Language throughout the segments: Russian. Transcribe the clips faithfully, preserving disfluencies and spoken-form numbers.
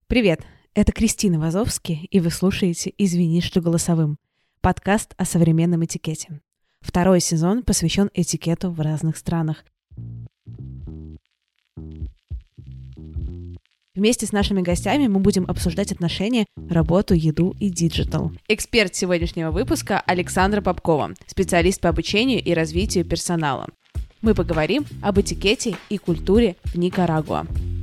Привет, это Кристина Вазовски, и вы слушаете «Извини, что голосовым» — подкаст о современном этикете. Второй сезон посвящен этикету в разных странах. Вместе с нашими гостями мы будем обсуждать отношения, работу, еду и диджитал. Эксперт сегодняшнего выпуска Александра Попкова, специалист по обучению и развитию персонала. Мы поговорим об этикете и культуре в Никарагуа.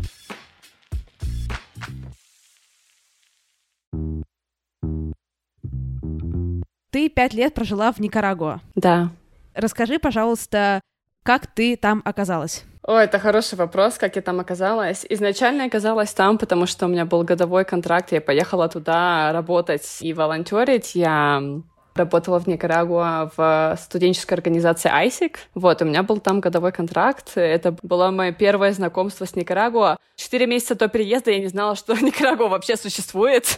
Ты пять лет прожила в Никарагуа. Да. Расскажи, пожалуйста, как ты там оказалась? О, это хороший вопрос, как я там оказалась. Изначально я оказалась там, потому что у меня был годовой контракт, я поехала туда работать и волонтерить. Я работала в Никарагуа в студенческой организации айсик. Вот, у меня был там годовой контракт. Это было мое первое знакомство с Никарагуа. Четыре месяца до переезда я не знала, что Никарагуа вообще существует.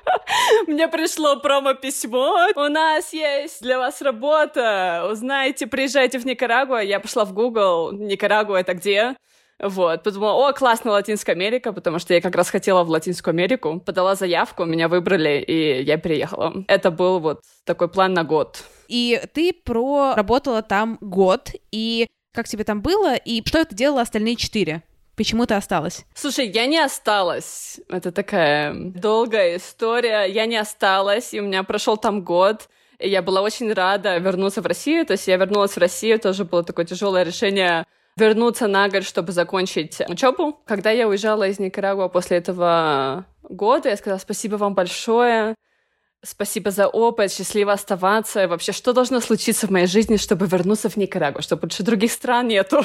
Мне пришло промо-письмо. У нас есть для вас работа. Узнаете, приезжайте в Никарагуа. Я пошла в Google. Никарагуа — это где? Вот. Подумала, о, классно, Латинская Америка, потому что я как раз хотела в Латинскую Америку. Подала заявку, меня выбрали, и я переехала. Это был вот такой план на год. И ты проработала там год. И как тебе там было? И что ты делала остальные четыре? Почему ты осталась? Слушай, я не осталась. Это такая долгая история. Я не осталась, и у меня прошел там год. И я была очень рада вернуться в Россию. То есть я вернулась в Россию, тоже было такое тяжелое решение вернуться на год, чтобы закончить учебу. Когда я уезжала из Никарагуа после этого года, я сказала: спасибо вам большое. Спасибо за опыт, счастливо оставаться. Вообще, что должно случиться в моей жизни, чтобы вернуться в Никарагуа, чтобы больше других стран нету?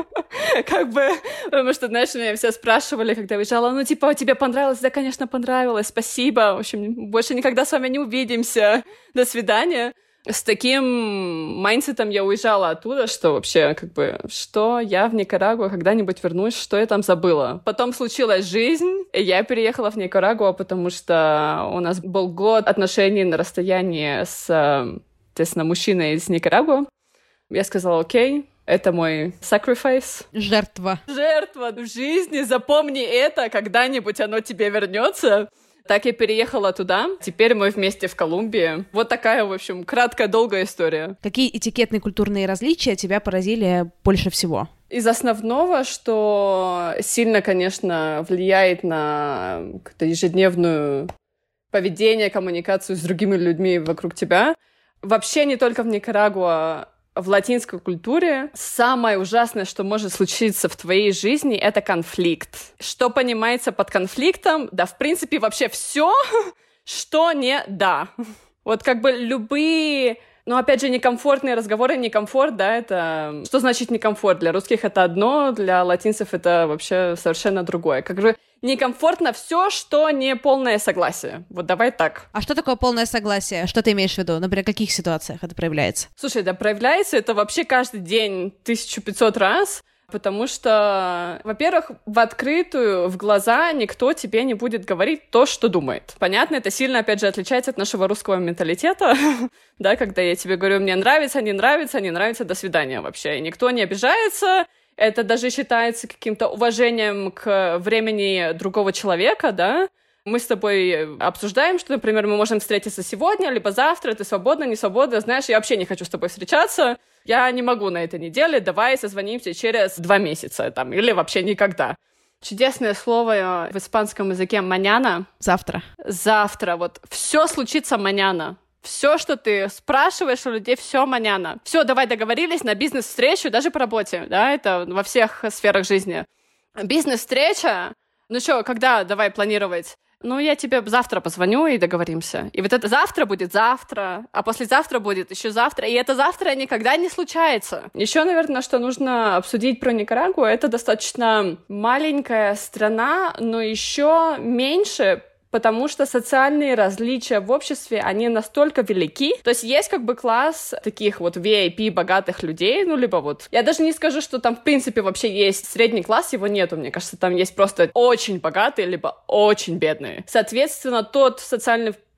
Как бы, потому что, знаешь, меня все спрашивали, когда я уезжала, ну, типа, тебе понравилось? Да, конечно, понравилось, спасибо. В общем, больше никогда с вами не увидимся. До свидания. С таким майндсетом я уезжала оттуда, что вообще, как бы, что я в Никарагуа когда-нибудь вернусь, что я там забыла. Потом случилась жизнь, и я переехала в Никарагуа, потому что у нас был год отношений на расстоянии с, естественно, мужчиной из Никарагуа. Я сказала: окей, это мой sacrifice. Жертва. Жертва в жизни, запомни это, когда-нибудь оно тебе вернется. Так я переехала туда. Теперь мы вместе в Колумбии. Вот такая, в общем, краткая, долгая история. Какие этикетные культурные различия тебя поразили больше всего? Из основного, что сильно, конечно, влияет на ежедневную поведение, коммуникацию с другими людьми вокруг тебя. Вообще не только в Никарагуа. В латинской культуре самое ужасное, что может случиться в твоей жизни, это конфликт. Что понимается под конфликтом? Да, в принципе, вообще все, что не да. Вот как бы любые... Ну, опять же, некомфортные разговоры, некомфорт, да, это... Что значит некомфорт? Для русских это одно, для латинцев это вообще совершенно другое. Как же некомфортно все, что не полное согласие. Вот давай так. А что такое полное согласие? Что ты имеешь в виду? Например, в каких ситуациях это проявляется? Слушай, да, проявляется это вообще каждый день тысячу пятьсот раз. Потому что, во-первых, в открытую, в глаза никто тебе не будет говорить то, что думает. Понятно, это сильно, опять же, отличается от нашего русского менталитета, да, когда я тебе говорю: мне нравится, не нравится, не нравится, до свидания вообще. И никто не обижается, это даже считается каким-то уважением к времени другого человека, да. Мы с тобой обсуждаем, что, например, мы можем встретиться сегодня, либо завтра, ты свободна, не свободна, знаешь, я вообще не хочу с тобой встречаться, я не могу на этой неделе, давай созвонимся через два месяца, там, или вообще никогда. Чудесное слово в испанском языке «mañana». Завтра. Завтра, вот, все случится mañana. Все, что ты спрашиваешь у людей, все mañana. Все, давай договорились на бизнес-встречу, даже по работе, да, это во всех сферах жизни. Бизнес-встреча, ну что, когда, давай планировать? Ну, я тебе завтра позвоню и договоримся. И вот это завтра будет завтра, а послезавтра будет еще завтра, и это завтра никогда не случается. Еще, наверное, что нужно обсудить про Никарагуа, это достаточно маленькая страна, но еще меньше, потому что социальные различия в обществе, они настолько велики. То есть есть как бы класс таких вот ви ай пи богатых людей, ну, либо вот... Я даже не скажу, что там, в принципе, вообще есть средний класс, его нету, мне кажется, там есть просто очень богатые, либо очень бедные. Соответственно, тот социальный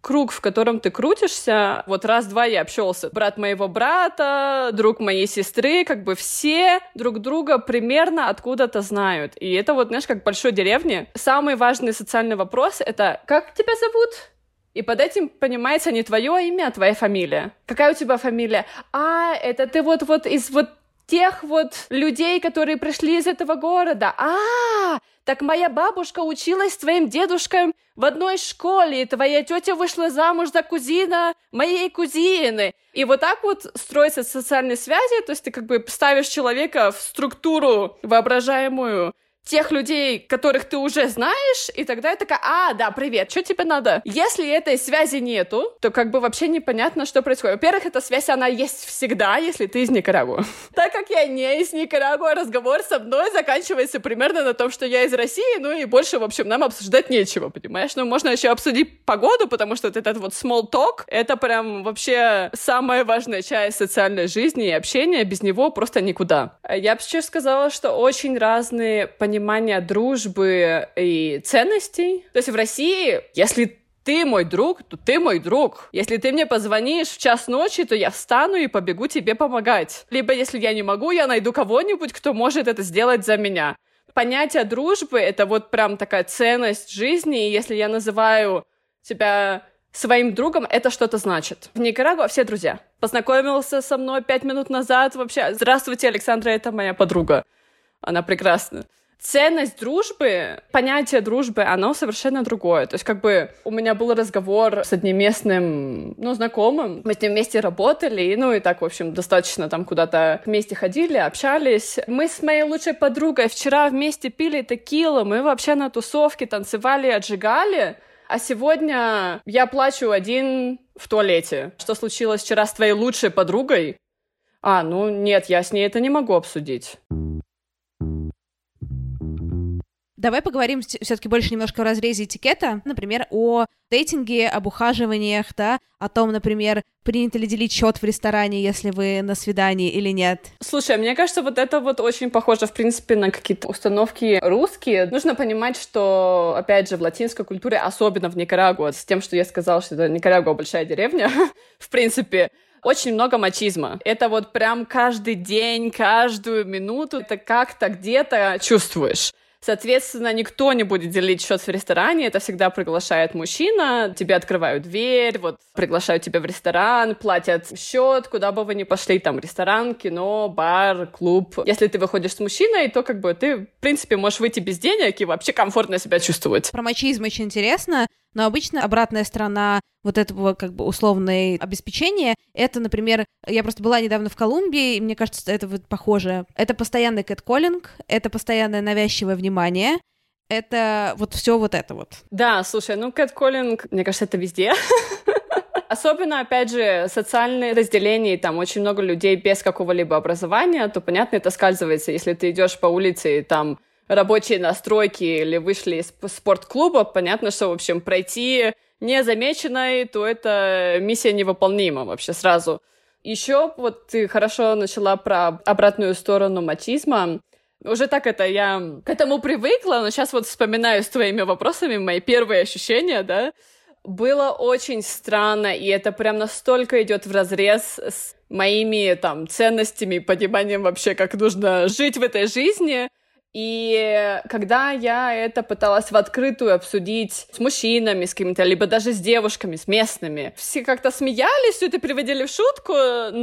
круг, в котором ты крутишься, вот раз-два я общался. Брат моего брата, друг моей сестры, как бы все друг друга примерно откуда-то знают. И это вот, знаешь, как в большой деревне. Самый важный социальный вопрос — это «как тебя зовут?» И под этим понимается не твое имя, а твоя фамилия. Какая у тебя фамилия? А, это ты вот-вот из вот тех вот людей, которые пришли из этого города. А, так моя бабушка училась с твоим дедушкой в одной школе, и твоя тетя вышла замуж за кузина моей кузины. И вот так вот строятся социальные связи, то есть ты как бы ставишь человека в структуру воображаемую тех людей, которых ты уже знаешь, и тогда я такая: а, да, привет, что тебе надо? Если этой связи нету, то как бы вообще непонятно, что происходит. Во-первых, эта связь, она есть всегда, если ты из Никарагуа. Так как я не из Никарагуа, разговор со мной заканчивается примерно на том, что я из России, ну и больше, в общем, нам обсуждать нечего, понимаешь? Ну, можно еще обсудить погоду, потому что вот этот вот small talk, это прям вообще самая важная часть социальной жизни и общения, без него просто никуда. Я бы сейчас сказала, что очень разные понимания понимание дружбы и ценностей. То есть в России, если ты мой друг, то ты мой друг. Если ты мне позвонишь в час ночи, то я встану и побегу тебе помогать. Либо если я не могу, я найду кого-нибудь, кто может это сделать за меня. Понятие дружбы — это вот прям такая ценность жизни, и если я называю тебя своим другом, это что-то значит. В Никарагуа все друзья. Познакомился со мной пять минут назад вообще. Здравствуйте, Александра, это моя подруга. Она прекрасна. Ценность дружбы, понятие дружбы, оно совершенно другое. То есть как бы у меня был разговор с одним местным, ну, знакомым. Мы с ним вместе работали, ну и так, в общем, достаточно там куда-то вместе ходили, общались. Мы с моей лучшей подругой вчера вместе пили текилу, мы вообще на тусовке танцевали, отжигали. А сегодня я плачу один в туалете. Что случилось вчера с твоей лучшей подругой? А, ну нет, я с ней это не могу обсудить. Давай поговорим все-таки больше немножко о разрезе этикета, например, о дейтинге, об ухаживаниях, да, о том, например, принято ли делить счет в ресторане, если вы на свидании или нет. Слушай, мне кажется, вот это вот очень похоже, в принципе, на какие-то установки русские. Нужно понимать, что, опять же, в латинской культуре, особенно в Никарагуа, с тем, что я сказала, что это Никарагуа большая деревня, в принципе, очень много мачизма. Это вот прям каждый день, каждую минуту ты как-то где-то чувствуешь. Соответственно, никто не будет делить счет в ресторане, это всегда приглашает мужчина, тебе открывают дверь, вот приглашают тебя в ресторан, платят счет, куда бы вы ни пошли, там ресторан, кино, бар, клуб. Если ты выходишь с мужчиной, то как бы ты, в принципе, можешь выйти без денег и вообще комфортно себя чувствовать. Про мачизм очень интересно, но обычно обратная сторона вот этого как бы условное обеспечения, это, например, я просто была недавно в Колумбии, и мне кажется, это вот похоже. Это постоянный кэтколлинг, это постоянное навязчивое внимание, это вот все вот это вот. Да, слушай, ну кэтколлинг, мне кажется, это везде. Особенно, опять же, социальные разделения, там очень много людей без какого-либо образования, то, понятно, это скальзывается. Если ты идешь по улице, и там рабочие настройки или вышли из спортклуба, понятно, что, в общем, пройти незамеченной, то это миссия невыполнима вообще сразу. Еще вот ты хорошо начала про обратную сторону мачизма. Уже так это я к этому привыкла, но сейчас вот вспоминаю с твоими вопросами мои первые ощущения, да. Было очень странно, и это прям настолько идет вразрез с моими там ценностями, пониманием вообще, как нужно жить в этой жизни. И когда я это пыталась в открытую обсудить с мужчинами, с кем-то, либо даже с девушками, с местными, все как-то смеялись, все это приводили в шутку,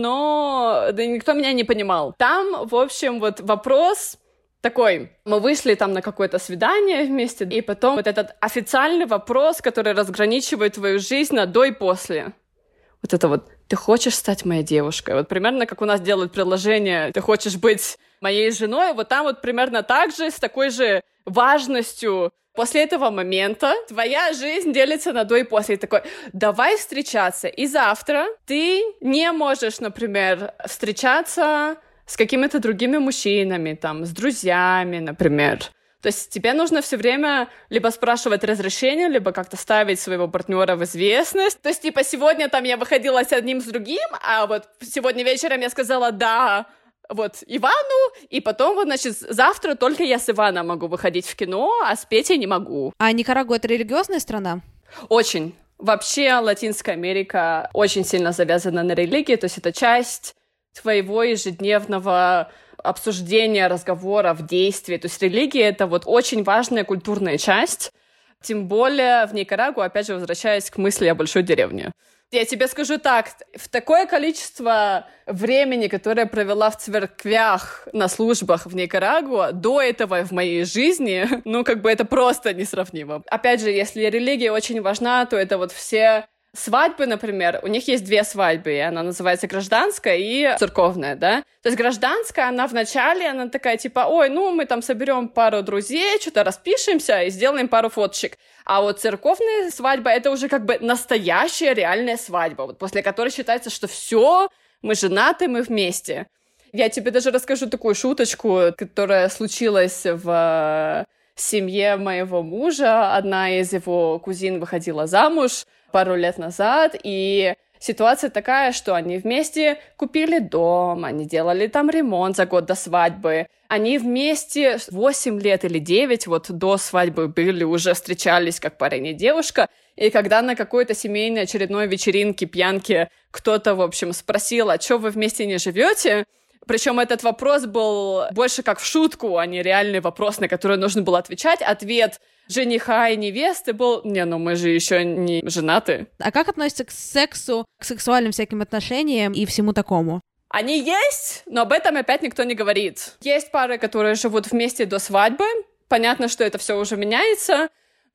но да, никто меня не понимал. Там, в общем, вот вопрос такой. Мы вышли там на какое-то свидание вместе, и потом вот этот официальный вопрос, который разграничивает твою жизнь на до и после. Вот это вот: ты хочешь стать моей девушкой? Вот примерно как у нас делают предложение: ты хочешь быть моей женой? Вот там вот примерно так же, с такой же важностью. После этого момента твоя жизнь делится на до и после. И такой: давай встречаться. И завтра ты не можешь, например, встречаться с какими-то другими мужчинами, там, с друзьями, например. То есть тебе нужно все время либо спрашивать разрешение, либо как-то ставить своего партнера в известность. То есть, типа, сегодня там я выходила с одним, с другим, а вот сегодня вечером я сказала «да» вот Ивану, и потом, вот, значит, завтра только я с Иваном могу выходить в кино, а с Петей не могу. А Никарагуа — это религиозная страна? Очень. Вообще Латинская Америка очень сильно завязана на религии, то есть это часть твоего ежедневного обсуждения, разговоров, действий. То есть религия — это вот очень важная культурная часть, тем более в Никарагуа, опять же, возвращаясь к мысли о большой деревне. Я тебе скажу так, в такое количество времени, которое я провела в церквях на службах в Никарагуа, до этого в моей жизни, ну, как бы это просто несравнимо. Опять же, если религия очень важна, то это вот все свадьбы, например, у них есть две свадьбы, и она называется гражданская и церковная, да? То есть гражданская, она вначале, она такая типа, ой, ну мы там соберем пару друзей, что-то распишемся и сделаем пару фоточек. А вот церковная свадьба — это уже как бы настоящая реальная свадьба, вот после которой считается, что все, мы женаты, мы вместе. Я тебе даже расскажу такую шуточку, которая случилась в семье моего мужа. Одна из его кузин выходила замуж пару лет назад, и ситуация такая, что они вместе купили дом, они делали там ремонт за год до свадьбы, они вместе восемь лет или девять вот до свадьбы были, уже встречались как парень и девушка, и когда на какой-то семейной очередной вечеринке, пьянке кто-то, в общем, спросил, а что вы вместе не живете? Причем этот вопрос был больше как в шутку, а не реальный вопрос, на который нужно было отвечать. Ответ жениха и невесты был: не, ну мы же еще не женаты. А как относится к сексу, к сексуальным всяким отношениям и всему такому? Они есть, но об этом опять никто не говорит. Есть пары, которые живут вместе до свадьбы. Понятно, что это все уже меняется,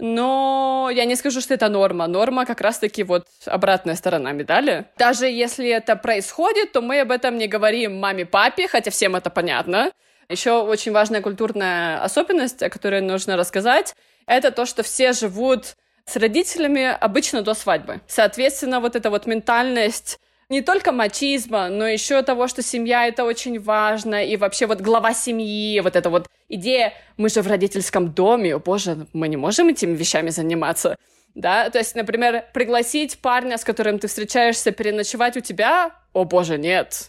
но я не скажу, что это норма. Норма как раз-таки вот обратная сторона медали. Даже если это происходит, то мы об этом не говорим маме, папе, хотя всем это понятно. Еще очень важная культурная особенность, о которой нужно рассказать, это то, что все живут с родителями обычно до свадьбы. Соответственно, вот эта вот ментальность не только мачизма, но еще того, что семья — это очень важно, и вообще вот глава семьи, вот эта вот идея «мы же в родительском доме, о боже, мы не можем этими вещами заниматься». Да? То есть, например, пригласить парня, с которым ты встречаешься, переночевать у тебя, о боже, нет.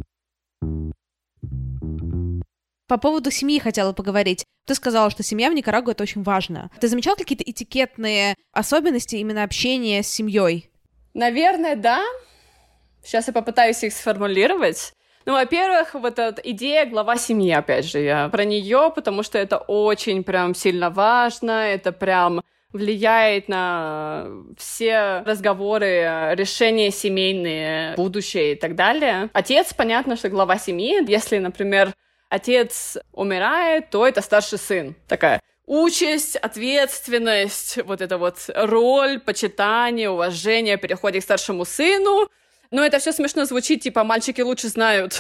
По поводу семьи хотела поговорить. Ты сказала, что семья в Никарагуа — это очень важно. Ты замечал какие-то этикетные особенности именно общения с семьей? Наверное, да. Сейчас я попытаюсь их сформулировать. Ну, во-первых, вот эта идея глава семьи, опять же, я про нее, потому что это очень прям сильно важно, это прям влияет на все разговоры, решения семейные, будущее и так далее. Отец, понятно, что глава семьи. Если, например, отец умирает, то это старший сын. Такая участь, ответственность, вот эта вот роль, почитание, уважение переходит к старшему сыну. Но это все смешно звучит, типа, мальчики лучше знают,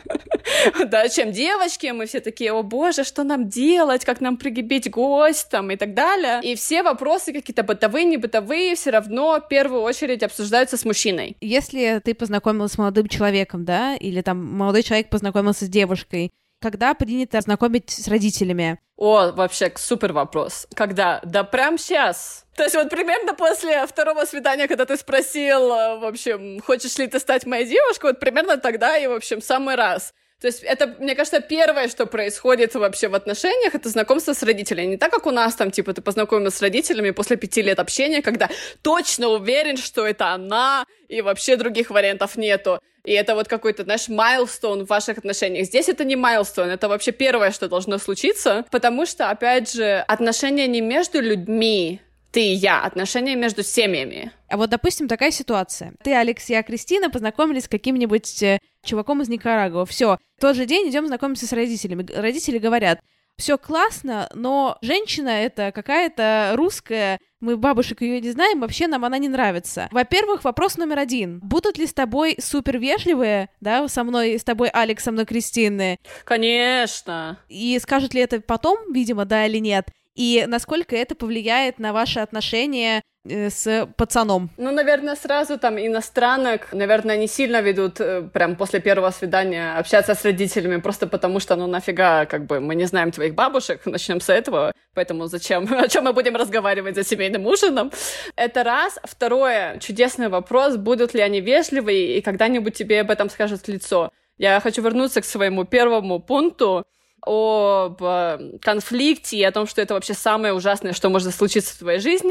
да, чем девочки. Мы все такие: о боже, что нам делать, как нам пригибить гостям и так далее. И все вопросы какие-то бытовые, не бытовые, все равно в первую очередь обсуждаются с мужчиной. Если ты познакомилась с молодым человеком, да, или там молодой человек познакомился с девушкой, когда принято знакомить с родителями? О, вообще, супер вопрос. Когда? Да прям сейчас. То есть вот примерно после второго свидания, когда ты спросил, в общем, хочешь ли ты стать моей девушкой, вот примерно тогда и, в общем, самый раз. То есть это, мне кажется, первое, что происходит вообще в отношениях, это знакомство с родителями. Не так, как у нас там, типа, ты познакомился с родителями после пяти лет общения, когда точно уверен, что это она, и вообще других вариантов нету. И это вот какой-то, знаешь, майлстоун в ваших отношениях. Здесь это не майлстоун, это вообще первое, что должно случиться, потому что, опять же, отношения не между людьми, ты и я, отношения между семьями. А вот, допустим, такая ситуация. Ты, Алекс, я, Кристина познакомились с каким-нибудь э, чуваком из Никарагуа. Все, в тот же день идем знакомиться с родителями. Родители говорят: все классно, но женщина это какая-то русская, мы бабушек ее не знаем, вообще нам она не нравится. Во-первых, вопрос номер один. Будут ли с тобой супер вежливые, да, со мной, с тобой, Алекс, со мной, Кристины? Конечно. И скажут ли это потом, видимо, да или нет? И насколько это повлияет на ваши отношения э, с пацаном? Ну, наверное, сразу там иностранок, наверное, не сильно ведут э, прям после первого свидания общаться с родителями, просто потому что, ну, нафига, как бы, мы не знаем твоих бабушек, начнем с этого, поэтому зачем, о чем мы будем разговаривать за семейным ужином? Это раз. Второе, чудесный вопрос, будут ли они вежливые, и когда-нибудь тебе об этом скажут в лицо. Я хочу вернуться к своему первому пункту, об конфликте и о том, что это вообще самое ужасное, что может случиться в твоей жизни.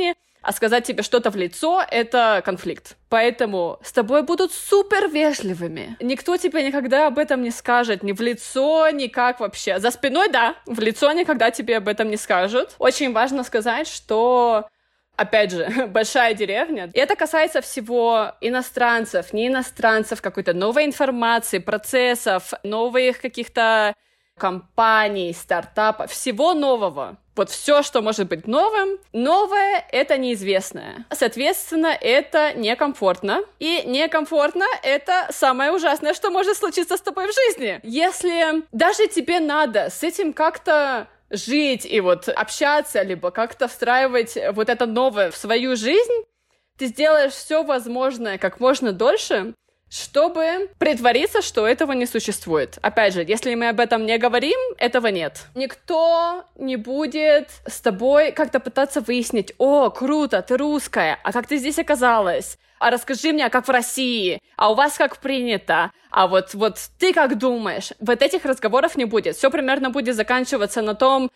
а сказать тебе что-то в лицо — это конфликт. Поэтому с тобой будут супер вежливыми. Никто тебе никогда об этом не скажет, ни в лицо, никак вообще. За спиной, да, в лицо никогда тебе об этом не скажут. Очень важно сказать, что... Опять же, большая деревня. И это касается всего иностранцев, не иностранцев, какой-то новой информации, процессов, новых каких-то компаний, стартапов, всего нового. Вот все, что может быть новым. Новое — это неизвестное. Соответственно, это некомфортно. И некомфортно — это самое ужасное, что может случиться с тобой в жизни. Если даже тебе надо с этим как-то жить и вот общаться, либо как-то встраивать вот это новое в свою жизнь, ты сделаешь все возможное как можно дольше, чтобы притвориться, что этого не существует. Опять же, если мы об этом не говорим, этого нет. Никто не будет с тобой как-то пытаться выяснить: «О, круто, ты русская, а как ты здесь оказалась? А расскажи мне, а как в России? А у вас как принято? А вот, вот ты как думаешь?» Вот этих разговоров не будет. Все примерно будет заканчиваться на том: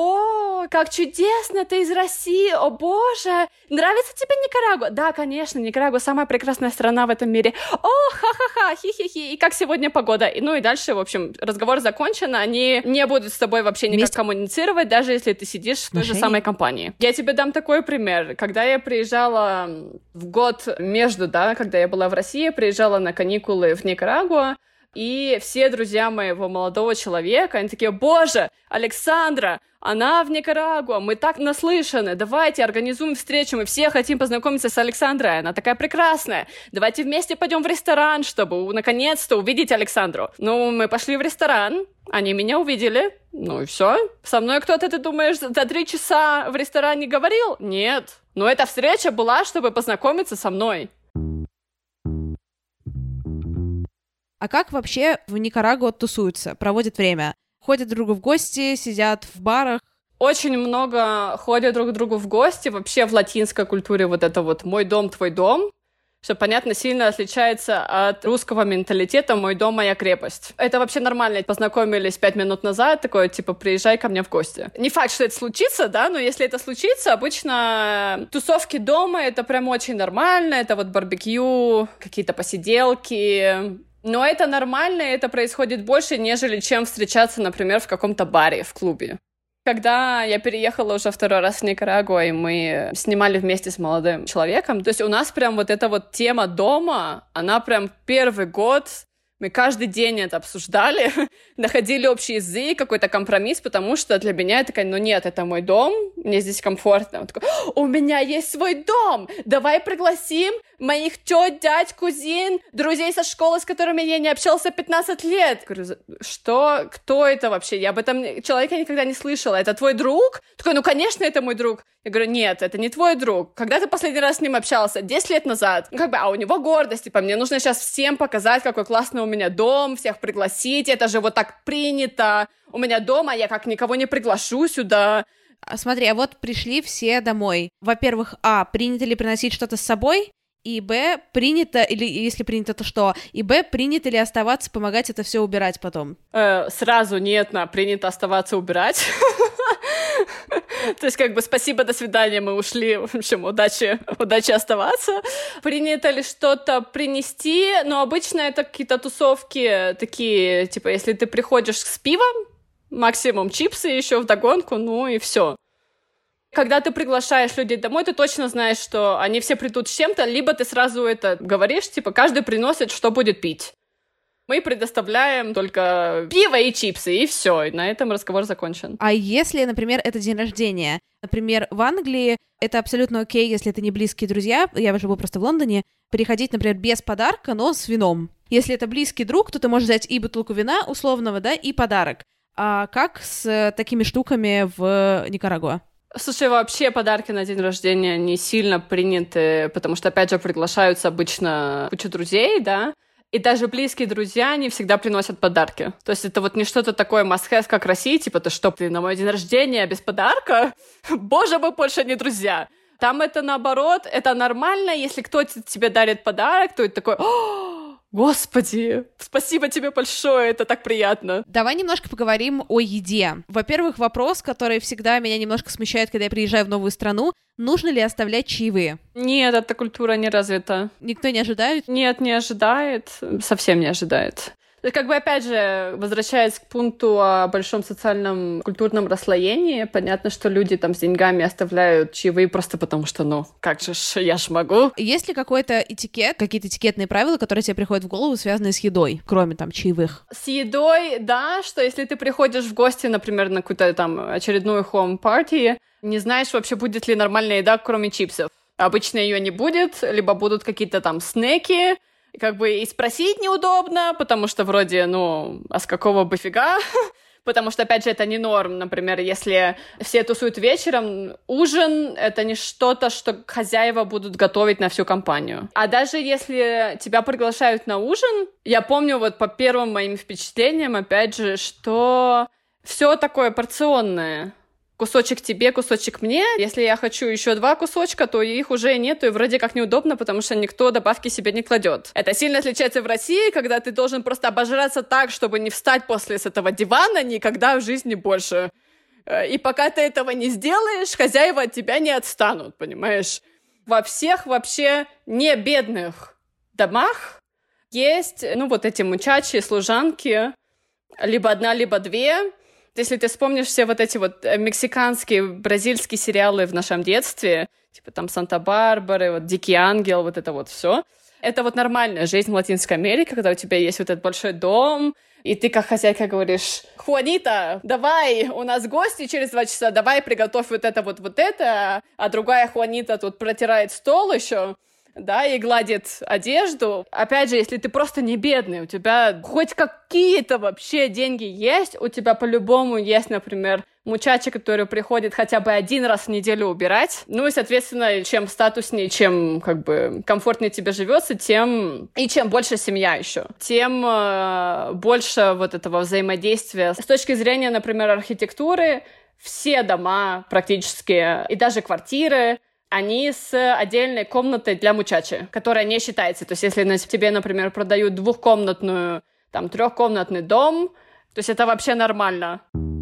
«О, как чудесно, ты из России, о боже, нравится тебе Никарагуа?» «Да, конечно, Никарагуа самая прекрасная страна в этом мире. О, ха-ха-ха, хи-хи-хи, и как сегодня погода?» И, ну и дальше, в общем, разговор закончен, они не будут с тобой вообще никак Вместе... коммуницировать, даже если ты сидишь в той же самой компании. Я тебе дам такой пример. Когда я приезжала в год между, да, когда я была в России, приезжала на каникулы в Никарагуа, и все друзья моего молодого человека, они такие: «Боже, Александра, она в Никарагуа, мы так наслышаны, давайте организуем встречу, мы все хотим познакомиться с Александрой, она такая прекрасная, давайте вместе пойдем в ресторан, чтобы наконец-то увидеть Александру». Ну, мы пошли в ресторан, они меня увидели, ну и все. Со мной кто-то, ты думаешь, за три часа в ресторане говорил? Нет. Но эта встреча была, чтобы познакомиться со мной. А как вообще в Никарагуа тусуются, проводят время? Ходят друг к другу в гости, сидят в барах? Очень много ходят друг к другу в гости. Вообще в латинской культуре вот это вот «мой дом, твой дом», что, понятно, сильно отличается от русского менталитета «мой дом, моя крепость». Это вообще нормально. Познакомились пять минут назад, такое, типа, приезжай ко мне в гости. Не факт, что это случится, да, но если это случится, обычно тусовки дома — это прям очень нормально, это вот барбекю, какие-то посиделки. Но это нормально, это происходит больше, нежели чем встречаться, например, в каком-то баре, в клубе. Когда я переехала уже второй раз в Никарагуа, и мы снимали вместе с молодым человеком, то есть у нас прям вот эта вот тема дома, она прям первый год, мы каждый день это обсуждали, находили общий язык, какой-то компромисс, потому что для меня это такая: ну нет, это мой дом, мне здесь комфортно. Он такой: у меня есть свой дом, давай пригласим моих тёть, дядь, кузин, друзей со школы, с которыми я не общался пятнадцать лет. Я говорю: что? Кто это вообще? Я об этом человеке никогда не слышала. Это твой друг? Такой: ну, конечно, это мой друг. Я говорю: нет, это не твой друг. Когда ты последний раз с ним общался? десять лет назад. Ну, как бы, а у него гордость, типа, мне нужно сейчас всем показать, какой классный у меня дом, всех пригласить, это же вот так принято. У меня дом, а я как никого не приглашу сюда. Смотри, а вот пришли все домой. Во-первых, а, принято ли приносить что-то с собой? И б, принято, или если принято, то что? И б, принято ли оставаться, помогать это все убирать потом? Э, сразу нет, на принято оставаться убирать. То есть, как бы, спасибо, до свидания, мы ушли. В общем, удачи, удачи оставаться. Принято ли что-то принести? Но обычно это какие-то тусовки такие, типа, если ты приходишь с пивом, максимум чипсы еще вдогонку, ну и все. Когда ты приглашаешь людей домой, ты точно знаешь, что они все придут с чем-то, либо ты сразу это говоришь, типа, каждый приносит, что будет пить. Мы предоставляем только пиво и чипсы, и все, и на этом разговор закончен. А если, например, это день рождения? Например, в Англии это абсолютно окей, если это не близкие друзья, я живу просто в Лондоне, приходить, например, без подарка, но с вином. Если это близкий друг, то ты можешь взять и бутылку вина условного, да, и подарок. А как с такими штуками в Никарагуа? Слушай, вообще подарки на день рождения не сильно приняты, потому что, опять же, приглашаются обычно куча друзей, да, и даже близкие друзья не всегда приносят подарки. То есть это вот не что-то такое must-have, как в России, типа, ты что, ты на мой день рождения без подарка? Боже, мы больше не друзья. Там это наоборот, это нормально, если кто-то тебе дарит подарок, то это такой: Господи, спасибо тебе большое, это так приятно. Давай немножко поговорим о еде. Во-первых, вопрос, который всегда меня немножко смущает, когда я приезжаю в новую страну. Нужно ли оставлять чаевые? Нет, эта культура не развита. Никто не ожидает? Нет, не ожидает, совсем не ожидает. То есть, как бы, опять же, возвращаясь к пункту о большом социальном культурном расслоении, понятно, что люди там с деньгами оставляют чаевые просто потому, что, ну, как же ж, я ж могу. Есть ли какой-то этикет, какие-то этикетные правила, которые тебе приходят в голову, связанные с едой, кроме там чаевых? С едой, да, что если ты приходишь в гости, например, на какую-то там очередную хоум-парти, не знаешь вообще, будет ли нормальная еда, кроме чипсов. Обычно ее не будет, либо будут какие-то там снеки, как бы и спросить неудобно, потому что вроде, ну, а с какого бы фига? Потому что, опять же, это не норм. Например, если все тусуют вечером, ужин — это не что-то, что хозяева будут готовить на всю компанию. А даже если тебя приглашают на ужин, я помню вот по первым моим впечатлениям, опять же, что все такое порционное. Кусочек тебе, кусочек мне. Если я хочу еще два кусочка, то их уже нету, и вроде как неудобно, потому что никто добавки себе не кладет. Это сильно отличается в России, когда ты должен просто обожраться так, чтобы не встать после с этого дивана никогда в жизни больше. И пока ты этого не сделаешь, хозяева от тебя не отстанут, понимаешь? Во всех вообще не бедных домах есть, ну, вот эти мучачи, служанки, либо одна, либо две. Если ты вспомнишь все вот эти вот мексиканские, бразильские сериалы в нашем детстве, типа там Санта-Барбара, вот Дикий ангел, вот это вот все, это вот нормальная жизнь в Латинской Америке, когда у тебя есть вот этот большой дом, и ты как хозяйка говоришь: «Хуанита, давай, у нас гости через два часа, давай приготовь вот это вот вот это», а другая Хуанита тут протирает стол еще, да, и гладит одежду. Опять же, если ты просто не бедный, у тебя хоть какие-то вообще деньги есть, у тебя по-любому есть, например, мучачи, который приходит хотя бы один раз в неделю убирать. Ну и, соответственно, чем статуснее, чем как бы комфортнее тебе живется, тем и чем больше семья еще, тем э, больше вот этого взаимодействия. С точки зрения, например, архитектуры, все дома практически, и даже квартиры, они с отдельной комнатой для мучачи, которая не считается. То есть если на тебе, например, продают двухкомнатную, там, трехкомнатный дом, то есть это вообще нормально.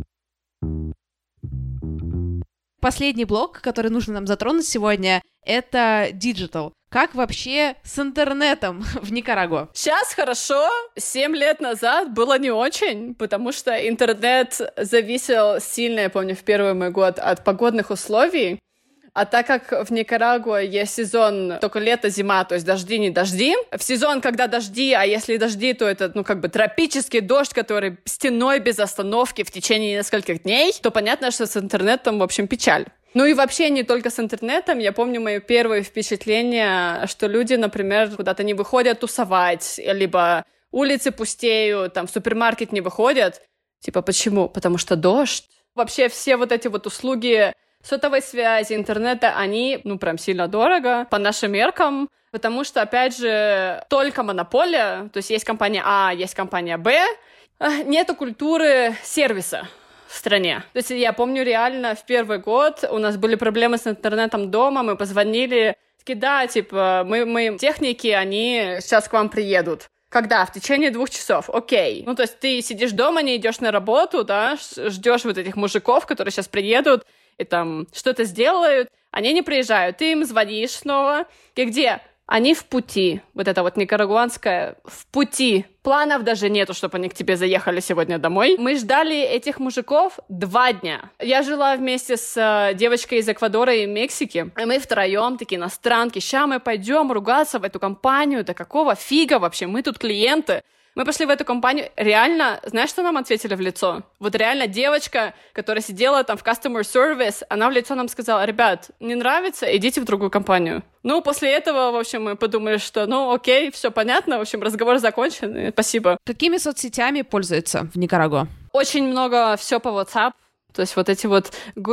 Последний блок, который нужно нам затронуть сегодня, это диджитал. Как вообще с интернетом в Никарагуа? Сейчас хорошо. Семь лет назад было не очень, потому что интернет зависел сильно, я помню, в первый мой год от погодных условий. А так как в Никарагуа есть сезон только лето, зима, то есть дожди, не дожди, в сезон, когда дожди, а если дожди, то это, ну, как бы тропический дождь, который стеной без остановки в течение нескольких дней, то понятно, что с интернетом, в общем, печаль. Ну и вообще не только с интернетом. Я помню мои первые впечатления, что люди, например, куда-то не выходят тусовать, либо улицы пустеют, там, в супермаркет не выходят. Типа, почему? Потому что дождь. Вообще все вот эти вот услуги сотовой связи, интернета, они, ну, прям сильно дорого по нашим меркам, потому что, опять же, только монополия, то есть есть компания А, есть компания Б, нету культуры сервиса в стране. То есть я помню реально в первый год у нас были проблемы с интернетом дома, мы позвонили, такие, да, типа, мы, мы техники, они сейчас к вам приедут. Когда? В течение двух часов. Окей. Ну, то есть ты сидишь дома, не идешь на работу, да, ждешь вот этих мужиков, которые сейчас приедут, и там что-то сделают, они не приезжают, ты им звонишь снова, и где? Они в пути, вот это вот никарагуанское, в пути. Планов даже нету, чтобы они к тебе заехали сегодня домой. Мы ждали этих мужиков два дня. Я жила вместе с э, девочкой из Эквадора и Мексики, и мы втроем такие иностранки, ща мы пойдем ругаться в эту компанию, да какого фига вообще, мы тут клиенты. Мы пошли в эту компанию, реально, знаешь, что нам ответили в лицо? Вот реально девочка, которая сидела там в customer service, она в лицо нам сказала: ребят, не нравится, идите в другую компанию. Ну, после этого, в общем, мы подумали, что, ну, окей, все понятно, в общем, разговор закончен, и спасибо. Какими соцсетями пользуются в Никарагуа? Очень много все по WhatsApp. То есть вот эти вот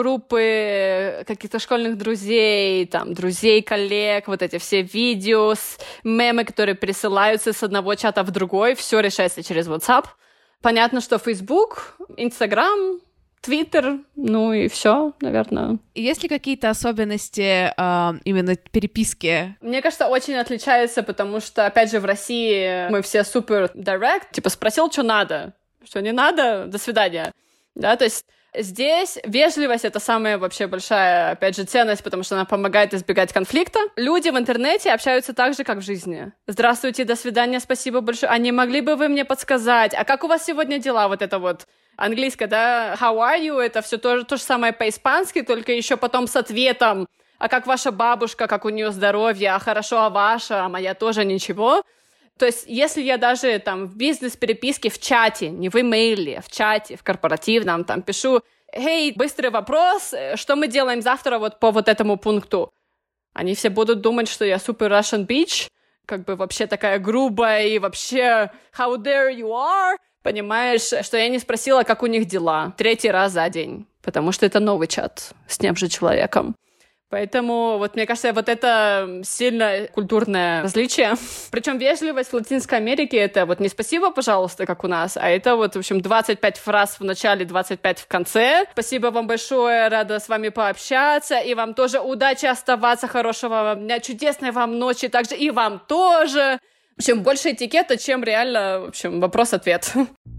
группы каких-то школьных друзей, там, друзей, коллег, вот эти все видео, мемы, которые пересылаются с одного чата в другой, все решается через WhatsApp. Понятно, что Facebook, Instagram, Твиттер, ну и все, наверное. Есть ли какие-то особенности э, именно переписки? Мне кажется, очень отличается, потому что, опять же, в России мы все супер direct, типа спросил, что надо, что не надо, до свидания. Да, то есть здесь вежливость — это самая вообще большая, опять же, ценность, потому что она помогает избегать конфликта. Люди в интернете общаются так же, как в жизни. Здравствуйте, до свидания, спасибо большое. А не могли бы вы мне подсказать? А как у вас сегодня дела? Вот это вот английское, да? How are you? Это все то, то же самое по-испански, только еще потом с ответом. А как ваша бабушка, как у нее здоровье? А хорошо, а ваша? А моя тоже ничего. То есть, если я даже там в бизнес-переписке в чате, не в имейле, в чате, в корпоративном, там пишу: «Эй, быстрый вопрос, что мы делаем завтра вот по вот этому пункту?» Они все будут думать, что я супер Russian bitch, как бы вообще такая грубая и вообще how dare you are, понимаешь, что я не спросила, как у них дела, третий раз за день, потому что это новый чат с тем же человеком. Поэтому, вот мне кажется, вот это сильное культурное различие. Причем вежливость в Латинской Америке — это вот не «спасибо, пожалуйста», как у нас, а это вот, в общем, двадцать пять фраз в начале, двадцать пять в конце. «Спасибо вам большое, рада с вами пообщаться, и вам тоже удачи оставаться, хорошего вам дня, чудесной вам ночи, также и вам тоже». В общем, больше этикета, чем реально, в общем, вопрос-ответ.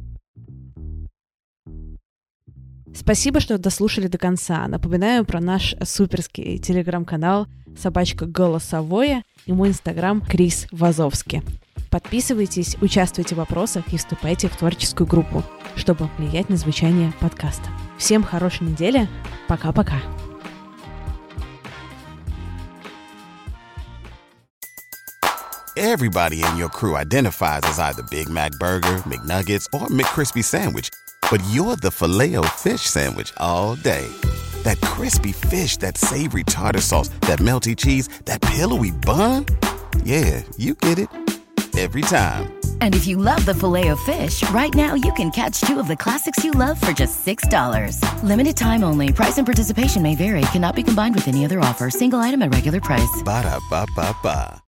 Спасибо, что дослушали до конца. Напоминаю про наш суперский телеграм-канал «Собачка Голосовое» и мой инстаграм Крис Вазовский. Подписывайтесь, участвуйте в вопросах и вступайте в творческую группу, чтобы влиять на звучание подкаста. Всем хорошей недели. Пока-пока. Everybody in your crew identifies as either Big Mac Burger, McNuggets, or McCrispy Sandwich. But you're the Filet-O-Fish Sandwich all day. That crispy fish, that savory tartar sauce, that melty cheese, that pillowy bun. Yeah, you get it. Every time. And if you love the Filet-O-Fish, right now you can catch two of the classics you love for just six dollars. Limited time only. Price and participation may vary. Cannot be combined with any other offer. Single item at regular price. Ba-da-ba-ba-ba.